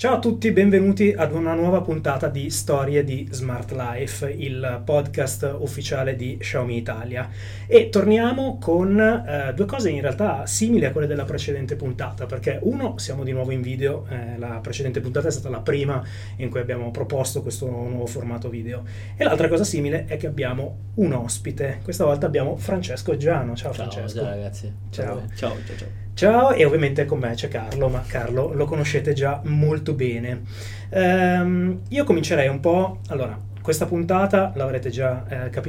Ciao a tutti, benvenuti ad una nuova puntata di Storie di Smart Life, il podcast ufficiale di Xiaomi Italia. E torniamo con due cose in realtà simili a quelle della precedente puntata, perché uno, siamo di nuovo in video, la precedente puntata è stata la prima in cui abbiamo proposto questo nuovo formato video, e l'altra cosa simile è che abbiamo un ospite. Questa volta abbiamo Francesco Giano. Ciao Francesco. Ciao ragazzi. Ciao. Ciao. Ciao, e ovviamente con me c'è Carlo, ma Carlo lo conoscete già molto bene. Io comincerei un po'. Allora, questa puntata l'avrete già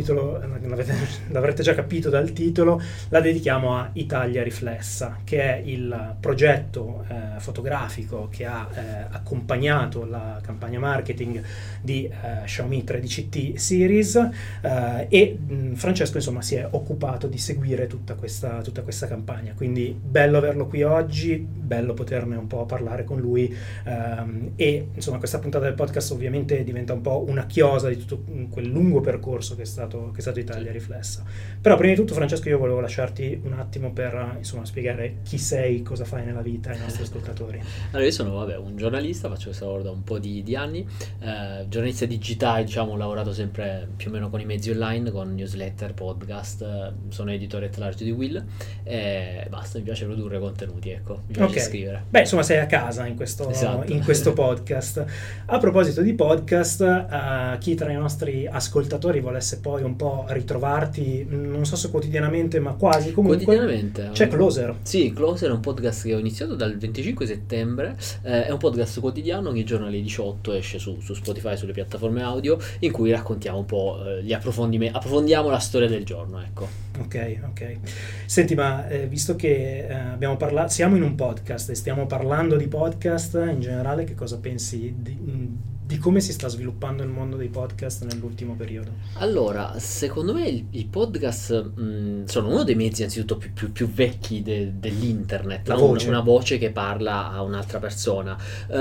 capito dal titolo, la dedichiamo a Italia Riflessa, che è il progetto fotografico che ha accompagnato la campagna marketing di Xiaomi 13T Series, e Francesco insomma si è occupato di seguire tutta questa campagna, quindi bello averlo qui oggi, bello poterne un po' parlare con lui, e insomma questa puntata del podcast ovviamente diventa un po' una chiosa di tutto quel lungo percorso che è stato Italia Riflessa. Però prima di tutto, Francesco, io volevo lasciarti un attimo per insomma spiegare chi sei, cosa fai nella vita ai nostri ascoltatori. Allora, io sono un giornalista, faccio questo lavoro da un po' di anni, giornalista digitale, diciamo, ho lavorato sempre più o meno con i mezzi online, con newsletter, podcast, sono editore at large di Will e basta, mi piace produrre contenuti, ecco, mi piace scrivere. Beh, insomma, sei a casa in questo, esatto. in questo podcast. A proposito di podcast, chi tra i nostri ascoltatori volesse poi un po' ritrovarti, non so se quotidianamente, ma quasi comunque, quotidianamente c'è Closer. Sì, Closer è un podcast che ho iniziato dal 25 settembre, è un podcast quotidiano, ogni giorno alle 18 esce su Spotify, sulle piattaforme audio, in cui raccontiamo un po' gli approfondiamo la storia del giorno, ecco. Ok. Senti, ma visto che siamo in un podcast e stiamo parlando di podcast in generale, che cosa pensi di come si sta sviluppando il mondo dei podcast nell'ultimo periodo? Allora, secondo me i podcast sono uno dei mezzi anzitutto più vecchi dell'internet, una voce che parla a un'altra persona.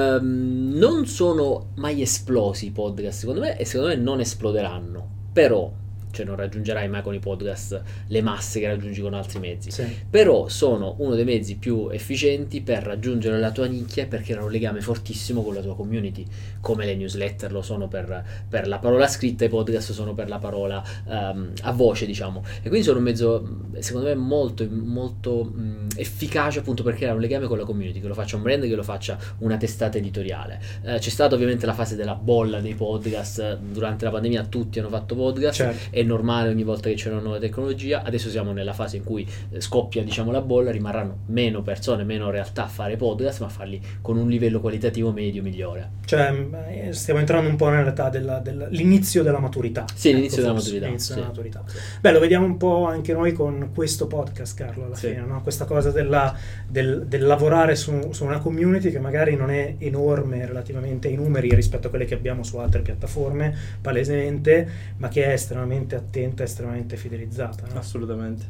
Non sono mai esplosi i podcast, secondo me, e secondo me non esploderanno, però non raggiungerai mai con i podcast le masse che raggiungi con altri mezzi, sì. Però sono uno dei mezzi più efficienti per raggiungere la tua nicchia, perché hanno un legame fortissimo con la tua community, come le newsletter lo sono per la parola scritta, i podcast sono per la parola a voce, diciamo, e quindi sono un mezzo secondo me molto efficace, appunto perché ha un legame con la community, che lo faccia un brand, che lo faccia una testata editoriale. C'è stata ovviamente la fase della bolla dei podcast, durante la pandemia tutti hanno fatto podcast, certo. È normale ogni volta che c'è una nuova tecnologia. Adesso siamo nella fase in cui scoppia, diciamo, la bolla, rimarranno meno persone, meno realtà a fare podcast, ma farli con un livello qualitativo medio migliore. Cioè stiamo entrando un po' nell'età dell'inizio della maturità. Sì, l'inizio della maturità. Beh, lo vediamo un po' anche noi con questo podcast, Carlo, alla fine, no? Questa cosa del lavorare su una community che magari non è enorme relativamente ai numeri rispetto a quelle che abbiamo su altre piattaforme, palesemente, ma che è estremamente attenta, estremamente fidelizzata, no? Assolutamente.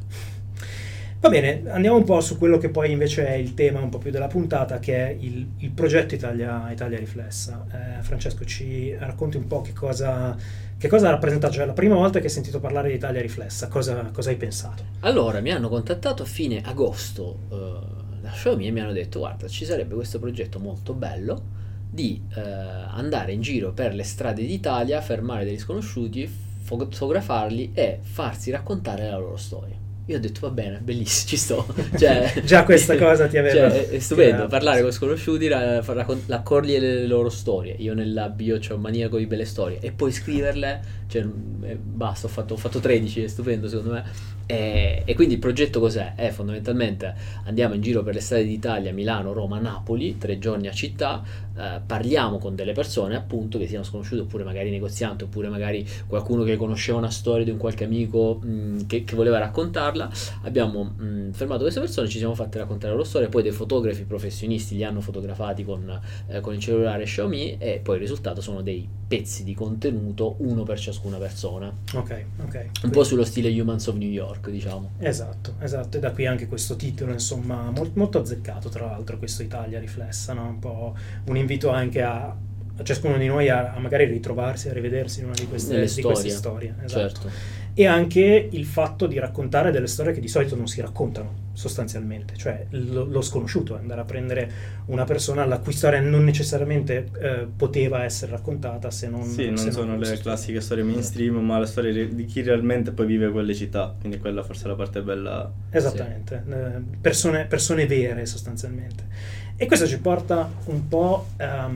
Va bene, andiamo un po' su quello che poi invece è il tema un po' più della puntata, che è il progetto Italia Riflessa. Francesco, ci racconti un po' che cosa ha rappresentato, cioè la prima volta che hai sentito parlare di Italia Riflessa, cosa hai pensato? Allora, mi hanno contattato a fine agosto da Xiaomi e mi hanno detto: guarda, ci sarebbe questo progetto molto bello di andare in giro per le strade d'Italia, fermare degli sconosciuti, fotografarli e farsi raccontare la loro storia. Io ho detto: va bene, bellissimo, ci sto. Già questa cosa ti aveva... è stupendo, parlare con sconosciuti, raccontargli le loro storie. Io nella bio c'ho un maniaco di belle storie, e poi scriverle, basta, ho fatto 13, è stupendo secondo me. E quindi il progetto cos'è? Fondamentalmente andiamo in giro per le strade d'Italia, Milano, Roma, Napoli, 3 giorni a città, parliamo con delle persone, appunto, che siano sconosciute, oppure magari negozianti, oppure magari qualcuno che conosceva una storia di un qualche amico che voleva raccontarla. Abbiamo fermato queste persone, ci siamo fatti raccontare la loro storia, poi dei fotografi professionisti li hanno fotografati con il cellulare Xiaomi, e poi il risultato sono dei pezzi di contenuto, uno per ciascuna persona. Ok. Un po' sullo stile Humans of New York, diciamo. Esatto, e da qui anche questo titolo, insomma, molto azzeccato, tra l'altro, questo Italia Riflessa, no? Un po' un invito anche a ciascuno di noi a magari ritrovarsi, a rivedersi in una di queste storie. Esatto. Certo. E anche il fatto di raccontare delle storie che di solito non si raccontano. sostanzialmente, cioè lo sconosciuto, andare a prendere una persona la cui storia non necessariamente poteva essere raccontata se non... Sì, non se sono le fosse classiche storie mainstream, ma la storia di chi realmente poi vive quelle città, quindi quella forse è la parte bella. Esattamente, persone vere sostanzialmente. E questo ci porta un po'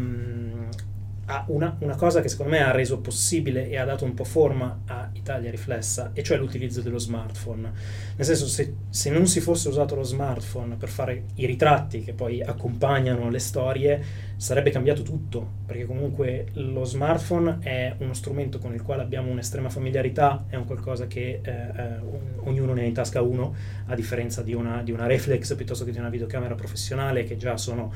a una cosa che secondo me ha reso possibile e ha dato un po' forma a Italia Riflessa, e cioè l'utilizzo dello smartphone. Nel senso, se non si fosse usato lo smartphone per fare i ritratti che poi accompagnano le storie, sarebbe cambiato tutto, perché comunque lo smartphone è uno strumento con il quale abbiamo un'estrema familiarità, è un qualcosa che ognuno ne ha in tasca uno, a differenza di una reflex piuttosto che di una videocamera professionale, che già sono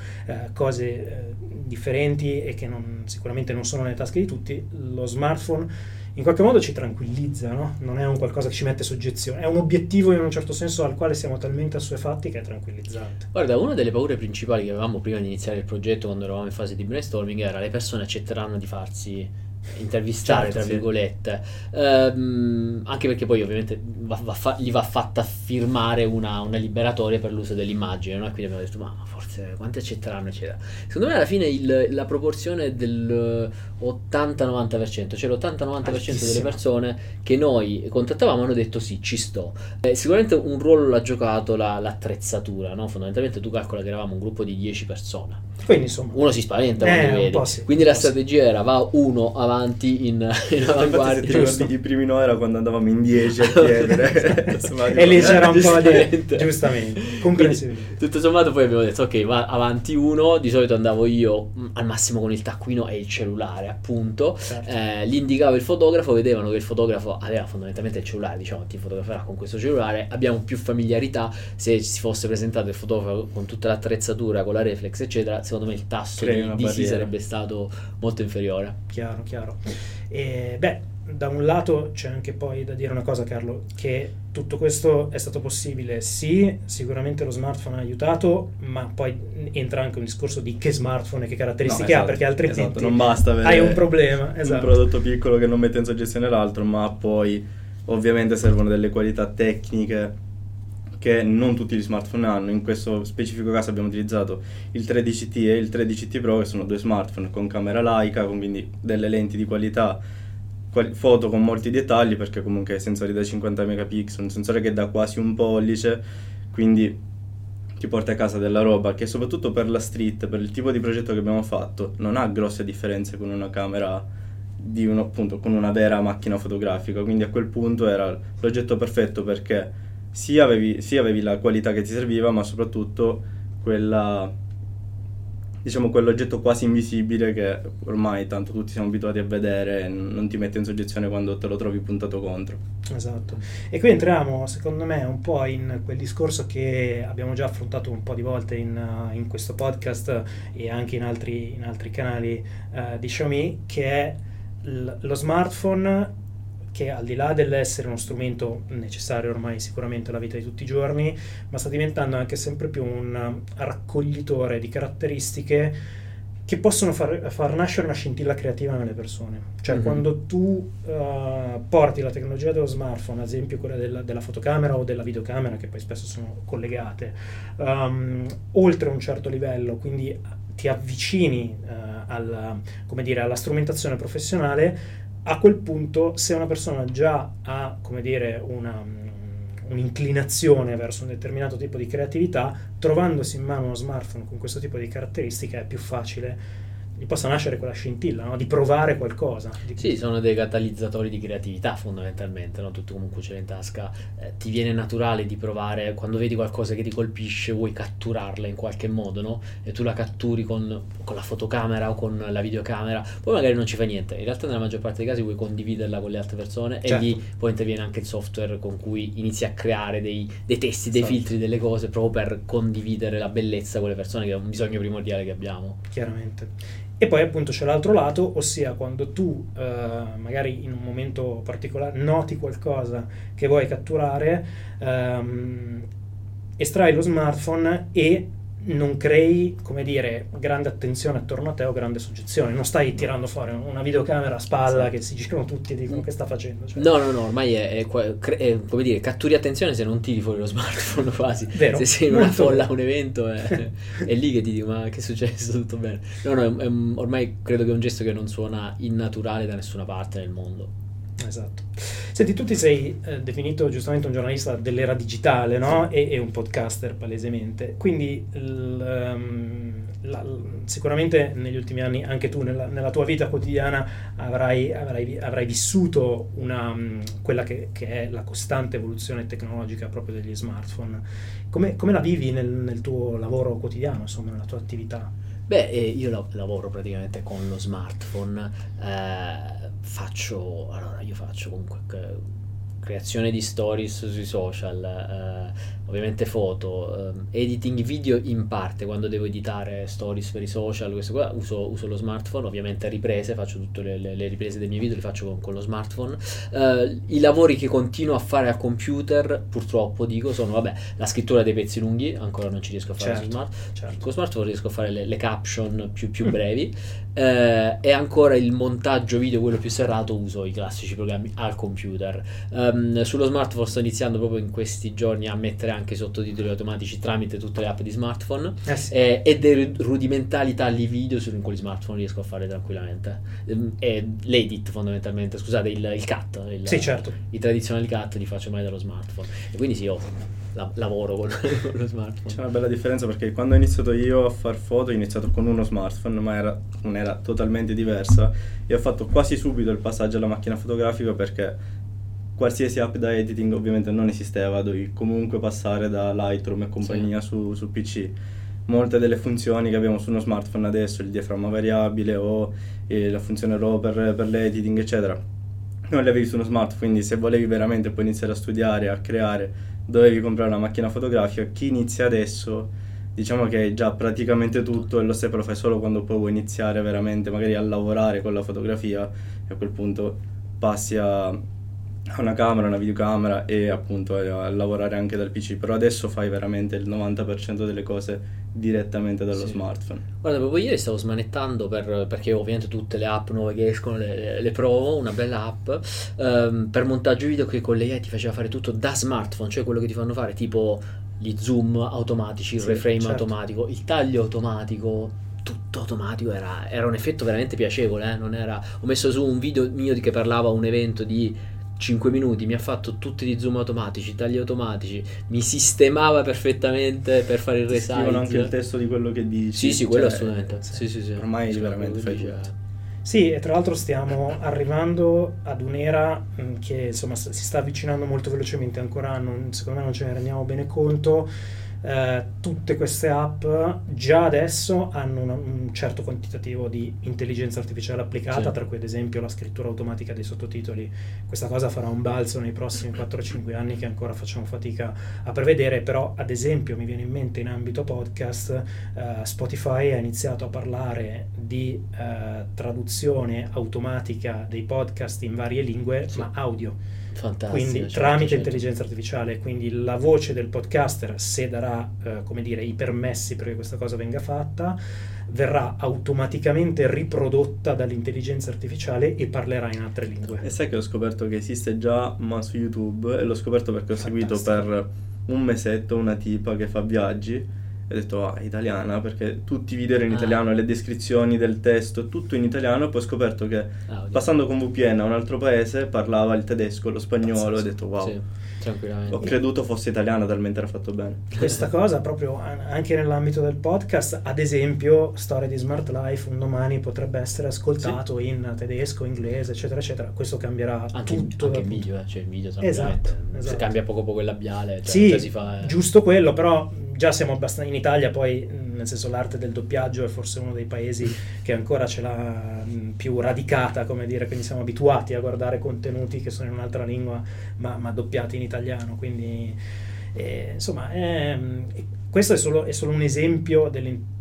cose differenti e che sicuramente non sono nelle tasche di tutti. Lo smartphone in qualche modo ci tranquillizza, no? Non è un qualcosa che ci mette soggezione, è un obiettivo in un certo senso al quale siamo talmente assuefatti che è tranquillizzante. Guarda, una delle paure principali che avevamo prima di iniziare il progetto, quando eravamo in fase di brainstorming, era: le persone accetteranno di farsi intervistare, Certo, tra sì. virgolette, anche perché poi ovviamente gli va fatta firmare una liberatoria per l'uso dell'immagine, no? E quindi abbiamo detto: ma forse quanti accetteranno, eccetera. Secondo me alla fine la proporzione è del 80-90%, cioè l'80-90% delle persone che noi contattavamo hanno detto sì, ci sto. Sicuramente un ruolo l'ha giocato l'attrezzatura, no? Fondamentalmente tu calcola che eravamo un gruppo di 10 persone. Quindi insomma Uno si spaventa quando un vedi. po' sì, Quindi un la po' sì. strategia era: va uno avanti in avanguardia. Infatti, se ti ricordi, i primi no era quando andavamo in 10 a chiedere. E lì c'era un po' di... Giustamente. Giustamente, comprensibile. Quindi, tutto sommato poi abbiamo detto: ok, va avanti uno. Di solito andavo io al massimo con il taccuino e il cellulare, appunto. Certo. Gli indicavo il fotografo, vedevano che il fotografo aveva fondamentalmente il cellulare, diciamo, ti fotograferà con questo cellulare. Abbiamo più familiarità. Se si fosse presentato il fotografo con tutta l'attrezzatura, con la reflex eccetera, secondo me il tasso Crei una di sì barriera. sarebbe stato molto inferiore. Chiaro. E da un lato c'è anche poi da dire una cosa, Carlo, che tutto questo è stato possibile, sì, sicuramente lo smartphone ha aiutato, ma poi entra anche un discorso di che smartphone e che caratteristiche No, ha, perché altrimenti esatto, non basta avere hai un problema. un Esatto. prodotto piccolo che non mette in soggezione l'altro, ma poi ovviamente servono delle qualità tecniche che non tutti gli smartphone hanno. In questo specifico caso abbiamo utilizzato il 13T e il 13T Pro, che sono due smartphone con camera Leica, con quindi delle lenti di qualità, foto con molti dettagli, perché comunque sensori da 50 megapixel, un sensore che dà quasi un pollice, quindi ti porta a casa della roba che, soprattutto per la street, per il tipo di progetto che abbiamo fatto, non ha grosse differenze con una camera appunto con una vera macchina fotografica. Quindi a quel punto era il progetto perfetto, perché sia avevi la qualità che ti serviva, ma soprattutto quell'oggetto quasi invisibile che ormai tanto tutti siamo abituati a vedere e non ti mette in soggezione quando te lo trovi puntato contro. Esatto. E qui entriamo, secondo me, un po' in quel discorso che abbiamo già affrontato un po' di volte in questo podcast e anche in altri canali di Xiaomi, che è lo smartphone, che al di là dell'essere uno strumento necessario ormai sicuramente alla vita di tutti i giorni, ma sta diventando anche sempre più un raccoglitore di caratteristiche che possono far nascere una scintilla creativa nelle persone. Cioè quando tu porti la tecnologia dello smartphone, ad esempio quella della fotocamera o della videocamera, che poi spesso sono collegate, oltre un certo livello, quindi ti avvicini alla strumentazione professionale, a quel punto, se una persona già ha, un'inclinazione verso un determinato tipo di creatività, trovandosi in mano uno smartphone con questo tipo di caratteristiche, è più facile gli possa nascere quella scintilla, no? Di provare qualcosa. Sì, sono dei catalizzatori di creatività fondamentalmente, no? Tu comunque ce l'hai in tasca, ti viene naturale di provare, quando vedi qualcosa che ti colpisce vuoi catturarla in qualche modo, no? E tu la catturi con la fotocamera o con la videocamera, poi magari non ci fa niente, in realtà nella maggior parte dei casi vuoi condividerla con le altre persone, certo. E lì poi interviene anche il software con cui inizi a creare dei testi, dei Esatto. filtri, delle cose proprio per condividere la bellezza con le persone, che è un bisogno primordiale che abbiamo. Chiaramente. E poi appunto c'è l'altro lato, ossia quando tu magari in un momento particolare noti qualcosa che vuoi catturare, estrai lo smartphone e non crei, come dire, grande attenzione attorno a te o grande soggezione, non stai tirando fuori una videocamera a spalla che si girano tutti e dicono che sta facendo. Cioè. No, ormai è come dire, catturi attenzione se non tiri fuori lo smartphone quasi. Vero, se sei in una molto folla a vero. un evento è lì che ti dico ma che è successo, tutto bene. Ormai credo che è un gesto che non suona innaturale da nessuna parte nel mondo. Esatto. Senti, tu ti sei definito giustamente un giornalista dell'era digitale, no? E un podcaster palesemente. Quindi sicuramente negli ultimi anni anche tu nella tua vita quotidiana avrai vissuto quella che è la costante evoluzione tecnologica proprio degli smartphone. Come la vivi nel tuo lavoro quotidiano, insomma, nella tua attività? Beh, io lavoro praticamente con lo smartphone, io faccio comunque creazione di stories sui social, ovviamente foto, editing video in parte, quando devo editare stories per i social, questo qua, uso lo smartphone, ovviamente riprese, faccio tutte le riprese dei miei video, li faccio con lo smartphone. I lavori che continuo a fare a computer, purtroppo dico, sono la scrittura dei pezzi lunghi, ancora non ci riesco a fare Certo. con lo smartphone riesco a fare le caption più brevi, e ancora il montaggio video, quello più serrato, uso i classici programmi al computer. Sullo smartphone sto iniziando proprio in questi giorni a mettere anche i sottotitoli automatici tramite tutte le app di smartphone, Sì. e dei rudimentali tagli video con gli smartphone riesco a fare tranquillamente, e l'edit fondamentalmente, scusate, il cut, Sì, certo. i tradizionali cut li faccio mai dallo smartphone, e quindi sì, io lavoro con lo smartphone. C'è una bella differenza perché quando ho iniziato io a far foto ho iniziato con uno smartphone, ma era un'era totalmente diversa, e ho fatto quasi subito il passaggio alla macchina fotografica perché qualsiasi app da editing ovviamente non esisteva, dovevi comunque passare da Lightroom e compagnia su PC. Molte delle funzioni che abbiamo su uno smartphone adesso, il diaframma variabile o la funzione RAW per l'editing eccetera, non le avevi su uno smartphone, quindi se volevi veramente poi iniziare a studiare, a creare, dovevi comprare una macchina fotografica. Chi inizia adesso, diciamo che è già praticamente tutto, e lo stesso lo fai solo quando poi vuoi iniziare veramente magari a lavorare con la fotografia, e a quel punto passi a una camera, una videocamera, e appunto a lavorare anche dal PC. Però adesso fai veramente il 90% delle cose direttamente dallo smartphone. Guarda, proprio ieri stavo smanettando perché ovviamente tutte le app nuove che escono le provo, una bella app per montaggio video che con l'AI ti faceva fare tutto da smartphone, cioè quello che ti fanno fare tipo gli zoom automatici, il reframe automatico, il taglio automatico, tutto automatico, era un effetto veramente piacevole, non era... Ho messo su un video mio che parlava a un evento di 5 minuti, mi ha fatto tutti gli zoom automatici, tagli automatici, mi sistemava perfettamente per fare il resize. Scrivono anche il testo di quello che dici. Sì, quello assolutamente. Sì. Ormai veramente fai tutto. Sì, e tra l'altro stiamo arrivando ad un'era che insomma si sta avvicinando molto velocemente, ancora secondo me non ce ne rendiamo bene conto. Tutte queste app già adesso hanno un certo quantitativo di intelligenza artificiale applicata, tra cui ad esempio la scrittura automatica dei sottotitoli. Questa cosa farà un balzo nei prossimi 4-5 anni che ancora facciamo fatica a prevedere, però ad esempio mi viene in mente in ambito podcast, Spotify ha iniziato a parlare di traduzione automatica dei podcast in varie lingue, ma audio. Fantastico, Quindi tramite intelligenza artificiale, quindi la voce del podcaster, se darà i permessi perché questa cosa venga fatta, verrà automaticamente riprodotta dall'intelligenza artificiale e parlerà in altre lingue. E sai che ho scoperto che esiste già, ma su YouTube, e l'ho scoperto perché ho seguito per un mesetto una tipa che fa viaggi. Ho detto italiana, perché tutti i video erano in italiano, le descrizioni del testo, tutto in italiano, e poi ho scoperto che passando con VPN a un altro paese parlava il tedesco, lo spagnolo, e ho detto wow, tranquillamente. Ho creduto fosse italiana, talmente era fatto bene. Questa cosa proprio anche nell'ambito del podcast, ad esempio Storie di Smart Life un domani potrebbe essere ascoltato in tedesco, inglese, eccetera eccetto. Questo cambierà anche tutto. Anche il video, cioè il video esatto. Se cambia poco il labiale, si fa, giusto quello, però già siamo abbastanza in Italia, poi nel senso l'arte del doppiaggio è forse uno dei paesi che ancora ce l'ha più radicata, come dire, quindi siamo abituati a guardare contenuti che sono in un'altra lingua ma doppiati in italiano, quindi insomma questo è solo un esempio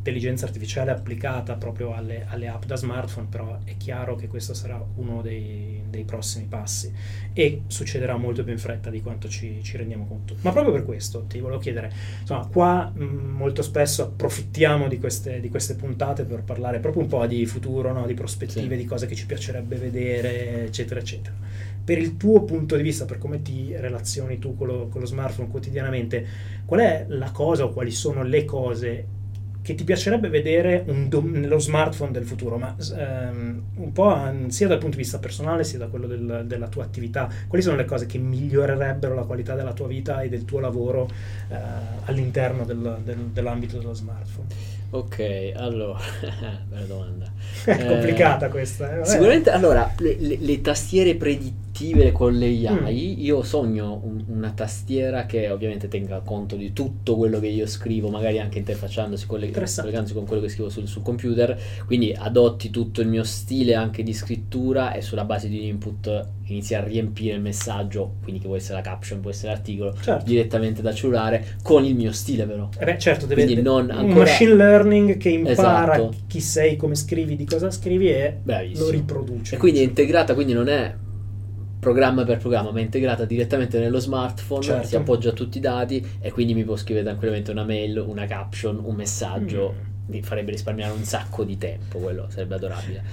intelligenza artificiale applicata proprio alle app da smartphone, però è chiaro che questo sarà uno dei prossimi passi e succederà molto più in fretta di quanto ci rendiamo conto. Ma proprio per questo ti volevo chiedere, insomma, qua molto spesso approfittiamo di queste puntate per parlare proprio un po' di futuro, no? Di prospettive, di cose che ci piacerebbe vedere, eccetera, eccetera. Per il tuo punto di vista, per come ti relazioni tu con lo smartphone quotidianamente, qual è la cosa o quali sono le cose che ti piacerebbe vedere nello smartphone del futuro, ma un po' sia dal punto di vista personale sia da quello della tua attività? Quali sono le cose che migliorerebbero la qualità della tua vita e del tuo lavoro all'interno dell'ambito dello smartphone? Ok, allora, bella domanda. È complicata questa. Sicuramente, allora, le tastiere predittive con le AI, io sogno una tastiera che ovviamente tenga conto di tutto quello che io scrivo, magari anche interfacciandosi, collegandosi con quello che scrivo sul computer, quindi adotti tutto il mio stile anche di scrittura e sulla base di un input inizi a riempire il messaggio, quindi che può essere la caption, può essere l'articolo, certo, direttamente dal cellulare, con il mio stile però. Certo, quindi non un ancora machine learning che impara, esatto, chi sei, come scrivi, di cosa scrivi e bravissimo, lo riproduce. E quindi è integrata, quindi non è programma per programma, ma è integrata direttamente nello smartphone, certo, si appoggia a tutti i dati e quindi mi può scrivere tranquillamente una mail, una caption, un messaggio. Mi farebbe risparmiare un sacco di tempo, quello sarebbe adorabile.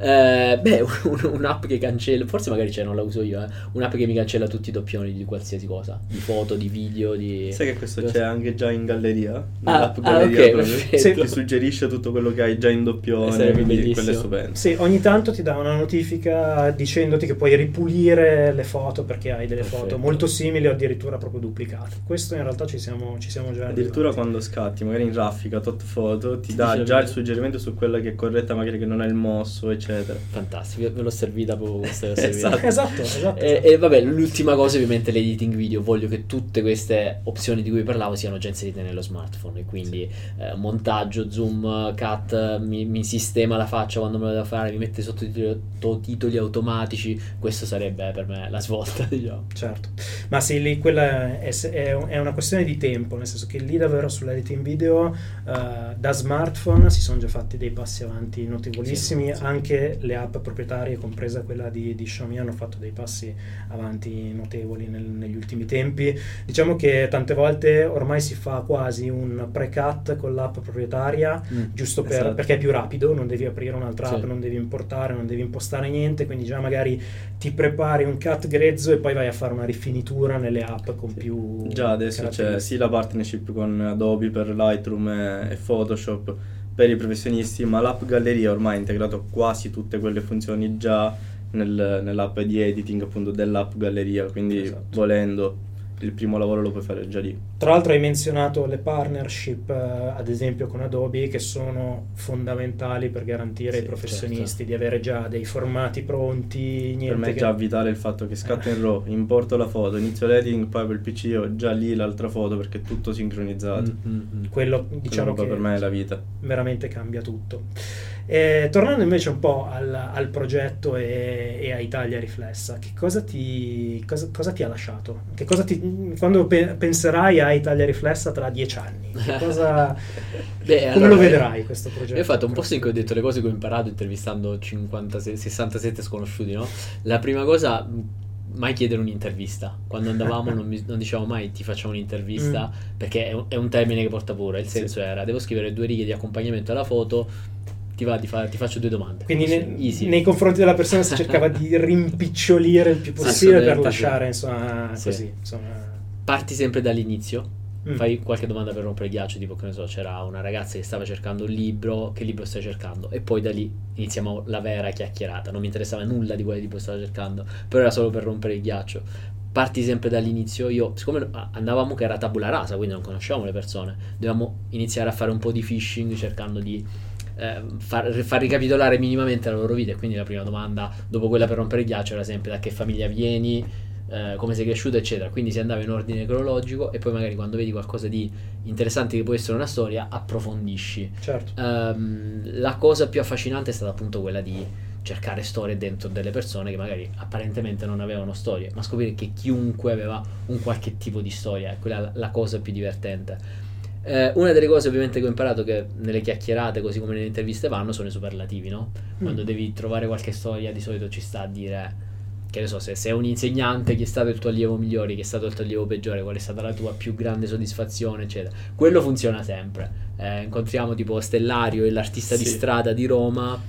Un'app che cancella, forse magari non la uso io, un'app che mi cancella tutti i doppioni di qualsiasi cosa, di foto, di video, di... Sai che questo c'è anche già in galleria? Nell'app galleria, okay, proprio, ti suggerisce tutto quello che hai già in doppione, quindi quello è stupendo. Sì, ogni tanto ti dà una notifica dicendoti che puoi ripulire le foto perché hai delle foto molto simili o addirittura proprio duplicate. Questo in realtà ci siamo già addirittura quando scatti magari in raffica tot foto ti dà già il suggerimento su quella che è corretta, magari che non è il mosso, eccetera. Fantastico, ve l'ho servita proprio questa. Esatto. E vabbè, l'ultima cosa ovviamente l'editing video, voglio che tutte queste opzioni di cui parlavo siano già inserite nello smartphone e quindi montaggio, zoom, cut, mi sistema la faccia quando me lo devo fare, mi mette sottotitoli automatici, questo sarebbe per me la svolta, diciamo. Certo, ma sì, lì quella è una questione di tempo, nel senso che lì davvero sull'editing video da smartphone si sono già fatti dei passi avanti notevolissimi, sì. Anche le app proprietarie, compresa quella di Xiaomi, hanno fatto dei passi avanti notevoli negli ultimi tempi. Diciamo che tante volte ormai si fa quasi un pre-cut con l'app proprietaria, giusto perché è più rapido, non devi aprire un'altra app, non devi importare, non devi impostare niente, quindi già magari ti prepari un cut grezzo e poi vai a fare una rifinitura nelle app con più... Già adesso c'è sì la partnership con Adobe per Lightroom e Photoshop per i professionisti, ma l'app galleria ormai ha integrato quasi tutte quelle funzioni già nell'app di editing appunto dell'app galleria, quindi volendo il primo lavoro lo puoi fare già lì. Tra l'altro hai menzionato le partnership ad esempio con Adobe, che sono fondamentali per garantire ai professionisti di avere già dei formati pronti. Per me è già vitale il fatto che scatto in RAW, importo la foto, inizio l'editing, poi per il PC ho già lì l'altra foto perché è tutto sincronizzato. Quello diciamo che per me è la vita, veramente cambia tutto. Tornando invece un po' al progetto e a Italia Riflessa, che cosa ti ha lasciato? Che cosa quando penserai a Italia Riflessa tra 10 anni? Come lo vedrai questo progetto? Io ho fatto un posto in cui ho detto le cose che ho imparato intervistando 67 sconosciuti, no? La prima cosa, mai chiedere un'intervista. Quando andavamo non dicevamo mai ti facciamo un'intervista, perché è un termine che porta paura. Il senso era: devo scrivere 2 righe di accompagnamento alla foto, ti faccio 2 domande. Quindi nei confronti della persona si cercava di rimpicciolire il più possibile per lasciare insomma così. Parti sempre dall'inizio, fai qualche domanda per rompere il ghiaccio, tipo che ne so, c'era una ragazza che stava cercando un libro, che libro stai cercando? E poi da lì iniziamo la vera chiacchierata, non mi interessava nulla di quale libro stava cercando, però era solo per rompere il ghiaccio. Parti sempre dall'inizio. Io, siccome andavamo che era tabula rasa, quindi non conoscevamo le persone, dovevamo iniziare a fare un po' di phishing cercando di far ricapitolare minimamente la loro vita. E quindi la prima domanda dopo quella per rompere il ghiaccio era sempre: da che famiglia vieni, come sei cresciuto, eccetera. Quindi si andava in ordine cronologico e poi magari quando vedi qualcosa di interessante che può essere una storia approfondisci. Certo. La cosa più affascinante è stata appunto quella di cercare storie dentro delle persone che magari apparentemente non avevano storie, ma scoprire che chiunque aveva un qualche tipo di storia. È quella la cosa più divertente. Una delle cose ovviamente che ho imparato, che nelle chiacchierate così come nelle interviste vanno, sono i superlativi, no? Quando devi trovare qualche storia, di solito ci sta a dire, che ne so, se sei un insegnante, chi è stato il tuo allievo migliore, chi è stato il tuo allievo peggiore, qual è stata la tua più grande soddisfazione, eccetera. Quello funziona sempre. Incontriamo tipo Stellario, l'artista di strada di Roma,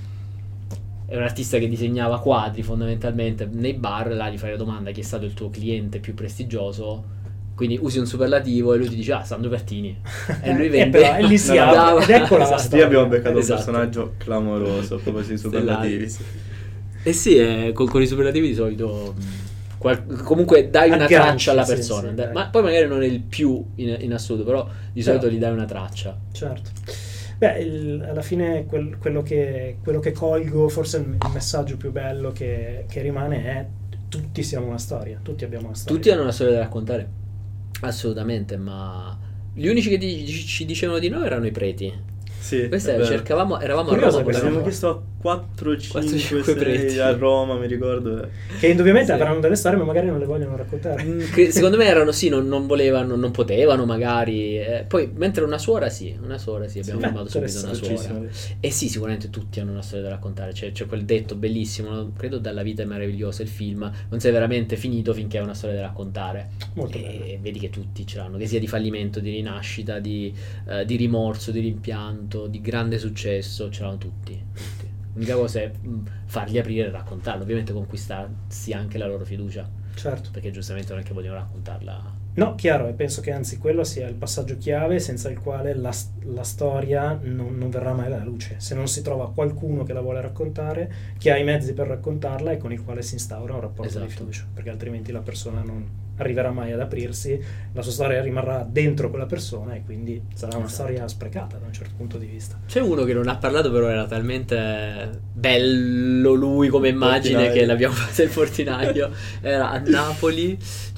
è un artista che disegnava quadri fondamentalmente nei bar, là gli fai la domanda chi è stato il tuo cliente più prestigioso, quindi usi un superlativo e lui ti dice Sandro Pertini, e lui vende però, e lì si apre, ed eccola la Lì storia. abbiamo beccato Esatto. un personaggio clamoroso proprio sui superlativi. E sì, con i superlativi di solito comunque dai una Agganci, traccia alla sì, persona, sì, dai. ma poi magari non è il più in assoluto, però di solito gli dai una traccia. Certo. Beh, alla fine quello che colgo, forse il messaggio più bello che rimane è: tutti siamo una storia, tutti abbiamo una storia. Tutti hanno una storia da raccontare, assolutamente, ma gli unici che ci dicevano di no erano i preti. Sì, Questa è vero. cercavamo, eravamo Curiosa a Roma, questa Abbiamo cosa. chiesto a 4, 5, 5 preti. 6 a Roma, mi ricordo. Che indubbiamente Sì. avranno delle storie, ma magari non le vogliono raccontare. Secondo me erano non volevano, non potevano magari. Poi mentre una suora abbiamo firmato subito una suora. E sì, sicuramente tutti hanno una storia da raccontare. C'è quel detto bellissimo, no? Credo Dalla vita è meravigliosa, il film, non sei veramente finito finché hai una storia da raccontare. Molto E bello. vedi che tutti ce l'hanno, che sia di fallimento, di rinascita, di rimorso, di rimpianto, di grande successo, ce l'hanno tutti. L'unica cosa è farli aprire e raccontarlo, ovviamente conquistarsi anche la loro fiducia, Certo. perché giustamente non è che vogliono raccontarla. No, chiaro, e penso che anzi quello sia il passaggio chiave senza il quale la storia non verrà mai alla luce. Se non si trova qualcuno che la vuole raccontare, che ha i mezzi per raccontarla e con il quale si instaura un rapporto di Esatto. fiducia, perché altrimenti la persona non arriverà mai ad aprirsi, la sua storia rimarrà dentro quella persona e quindi sarà una Esatto. storia sprecata da un certo punto di vista. C'è uno che non ha parlato, però era talmente bello lui come immagine Portinaio. che l'abbiamo fatto il portinaio. Era a Napoli,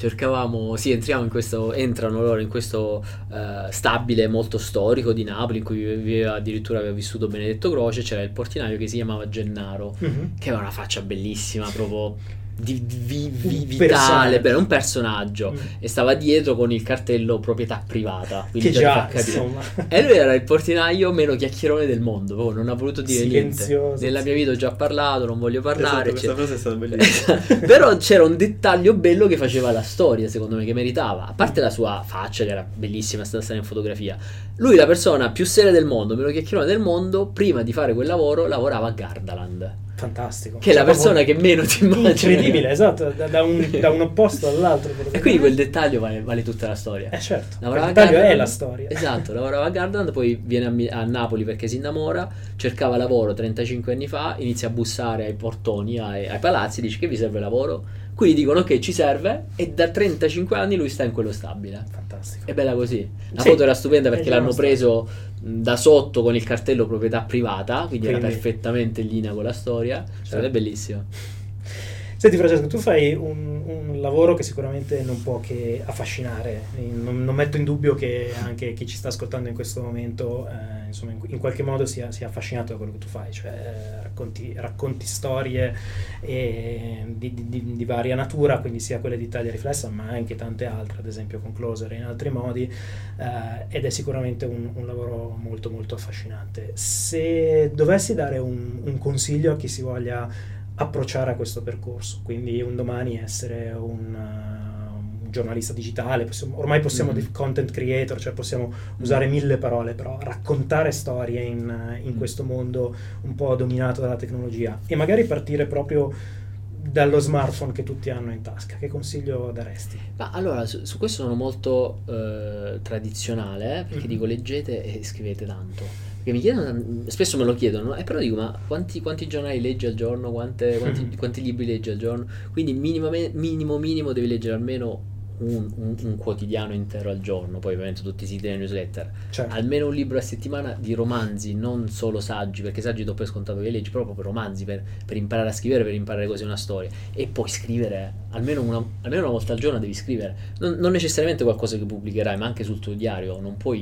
entrano loro in questo stabile molto storico di Napoli, in cui addirittura aveva vissuto Benedetto Croce. C'era il portinaio che si chiamava Gennaro, che aveva una faccia bellissima, proprio vitale, un personaggio, e stava dietro con il cartello proprietà privata, quindi Che già già, ti fa capire. insomma. E lui era il portinaio meno chiacchierone del mondo, proprio non ha voluto dire Silenzioso, niente. Nella mia vita ho già parlato, non voglio parlare. Esatto, questa frase è stata bellissima. Però c'era un dettaglio bello che faceva la storia, secondo me, che meritava. A parte la sua faccia, che era bellissima, è stata stare in fotografia. Lui, la persona più seria del mondo, meno chiacchierone del mondo, prima di fare quel lavoro, lavorava a Gardaland. Fantastico. Che è la persona che meno ti immagini. Incredibile, esatto, da un opposto all'altro. E quindi quel dettaglio vale tutta la storia. Certo, Lavorava il dettaglio a Gardaland, è la storia. Esatto, lavorava a Gardaland, poi viene a Napoli perché si innamora, cercava lavoro 35 anni fa, inizia a bussare ai portoni, ai palazzi, dice: che vi serve lavoro? Quindi dicono ok, ci serve, e da 35 anni lui sta in quello stabile. Fantastico. È bella così. La Sì, foto era stupenda perché è già l'hanno una preso da sotto con il cartello proprietà privata, quindi era Quindi- perfettamente in linea con la storia. Cioè, è bellissimo. Senti Francesco, tu fai un lavoro che sicuramente non può che affascinare. Non metto in dubbio che anche chi ci sta ascoltando in questo momento insomma, in qualche modo sia affascinato da quello che tu fai, cioè racconti storie di varia natura, quindi sia quelle di Italia Riflessa ma anche tante altre, ad esempio con Closer e in altri modi, ed è sicuramente un lavoro molto molto affascinante. Se dovessi dare un consiglio a chi si voglia approcciare a questo percorso, quindi un domani essere un giornalista digitale, ormai possiamo dire content creator, cioè possiamo usare 1000 parole, però raccontare storie in questo mondo un po' dominato dalla tecnologia e magari partire proprio dallo smartphone che tutti hanno in tasca, che consiglio daresti? Ma allora, su questo sono molto tradizionale, perché dico leggete e scrivete tanto. Perché mi chiedono, spesso me lo chiedono, però dico: ma quanti giornali leggi al giorno? Quanti libri leggi al giorno? Quindi minimo devi leggere almeno un quotidiano intero al giorno, poi ovviamente tutti i siti e newsletter, Certo. almeno un libro a settimana di romanzi, non solo saggi, perché saggi dopo è scontato che leggi, proprio per romanzi, per imparare a scrivere, per imparare cos'è una storia, e poi scrivere almeno una volta al giorno. Devi scrivere non necessariamente qualcosa che pubblicherai, ma anche sul tuo diario. Non puoi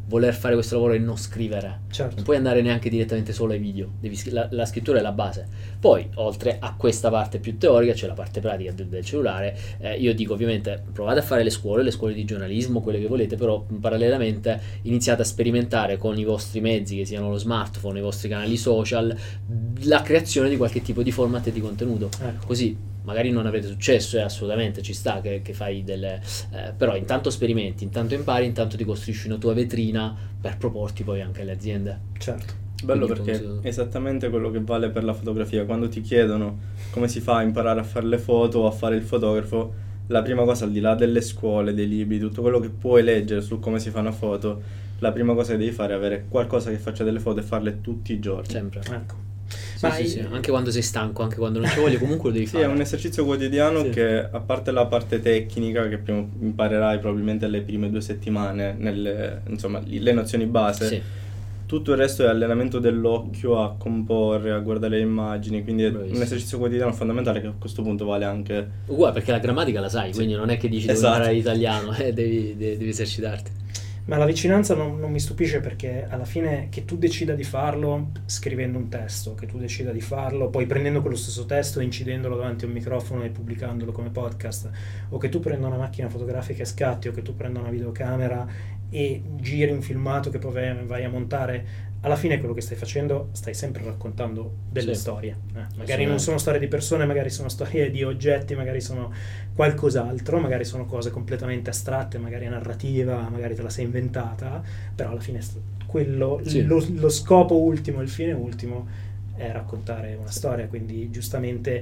voler fare questo lavoro e non scrivere. Certo. Non puoi andare neanche direttamente solo ai video, la scrittura è la base. Poi, oltre a questa parte più teorica, c'è la parte pratica del cellulare. Io dico ovviamente provate a fare le scuole di giornalismo, quelle che volete, però parallelamente iniziate a sperimentare con i vostri mezzi, che siano lo smartphone, i vostri canali social, la creazione di qualche tipo di format e di contenuto. Ecco. Così magari non avete successo e assolutamente ci sta che fai delle però intanto sperimenti, intanto impari, intanto ti costruisci una tua vetrina per proporti poi anche alle aziende. Certo. Bello, Quindi perché penso- è esattamente quello che vale per la fotografia. Quando ti chiedono come si fa a imparare a fare le foto o a fare il fotografo, la prima cosa, al di là delle scuole, dei libri, tutto quello che puoi leggere su come si fa una foto, la prima cosa che devi fare è avere qualcosa che faccia delle foto e farle tutti i giorni. sempre. Ecco. Sì, Ma sì, anche quando sei stanco, anche quando non ci voglio, comunque lo devi Sì, fare. è un esercizio quotidiano Sì. che, a parte la parte tecnica che prima imparerai probabilmente le prime 2 settimane, insomma, le nozioni base, Sì. tutto il resto è allenamento dell'occhio a comporre, a guardare le immagini, quindi è Bravissimo. un esercizio quotidiano fondamentale che a questo punto vale anche... Uguale, perché la grammatica la sai, Sì. quindi non è che dici devo Esatto. imparare l'italiano, devi esercitarti. Ma la vicinanza non mi stupisce, perché alla fine che tu decida di farlo scrivendo un testo, che tu decida di farlo poi prendendo quello stesso testo e incidendolo davanti a un microfono e pubblicandolo come podcast, o che tu prenda una macchina fotografica e scatti, o che tu prenda una videocamera e giri un filmato che poi vai a montare, alla fine quello che stai facendo, stai sempre raccontando delle Sì. storie. Magari Assolutamente. non sono storie di persone, magari sono storie di oggetti, magari sono qualcos'altro, magari sono cose completamente astratte, magari è narrativa, magari te la sei inventata, però alla fine quello, Sì. lo scopo ultimo, il fine ultimo è raccontare una storia. Quindi giustamente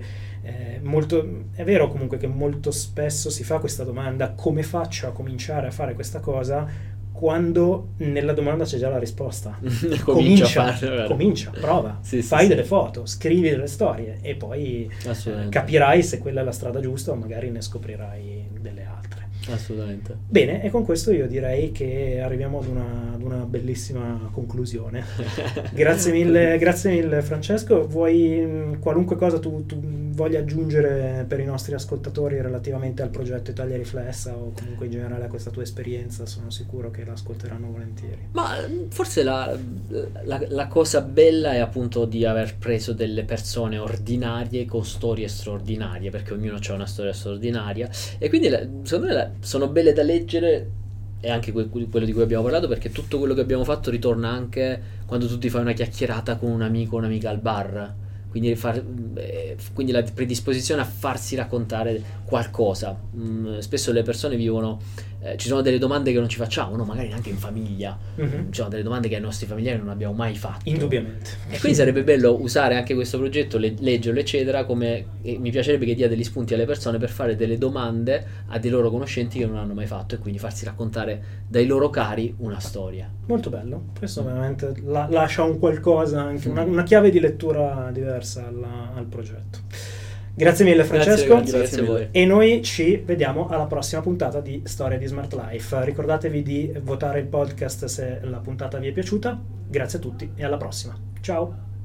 è vero comunque che molto spesso si fa questa domanda: come faccio a cominciare a fare questa cosa? Quando nella domanda c'è già la risposta. Comincia a farlo. Comincia, prova, Sì, sì, fai sì. delle foto, scrivi delle storie e poi Assolutamente. capirai se quella è la strada giusta o magari ne scoprirai delle altre. Assolutamente. Bene, e con questo io direi che arriviamo ad una bellissima conclusione. Grazie mille Francesco. Vuoi qualunque cosa tu voglia aggiungere per i nostri ascoltatori relativamente al progetto Italia Riflessa, o comunque in generale a questa tua esperienza? Sono sicuro che l'ascolteranno volentieri. Ma forse la cosa bella è appunto di aver preso delle persone ordinarie con storie straordinarie, perché ognuno ha una storia straordinaria, e quindi secondo me sono belle da leggere, e anche quello di cui abbiamo parlato, perché tutto quello che abbiamo fatto ritorna anche quando tu ti fai una chiacchierata con un amico o un'amica al bar. Quindi la predisposizione a farsi raccontare qualcosa. Spesso le persone vivono, ci sono delle domande che non ci facciamo, no? Magari neanche in famiglia. Mhm. Ci sono delle domande che ai nostri familiari non abbiamo mai fatto. Indubbiamente. E quindi sarebbe bello usare anche questo progetto, leggerlo eccetera, e mi piacerebbe che dia degli spunti alle persone per fare delle domande a dei loro conoscenti che non hanno mai fatto, e quindi farsi raccontare dai loro cari una storia. Molto bello, questo veramente lascia un qualcosa, anche una chiave di lettura diversa al progetto. Grazie mille Francesco. Grazie a voi. E noi ci vediamo alla prossima puntata di Storia di Smart Life. Ricordatevi di votare il podcast se la puntata vi è piaciuta. Grazie a tutti e alla prossima. Ciao.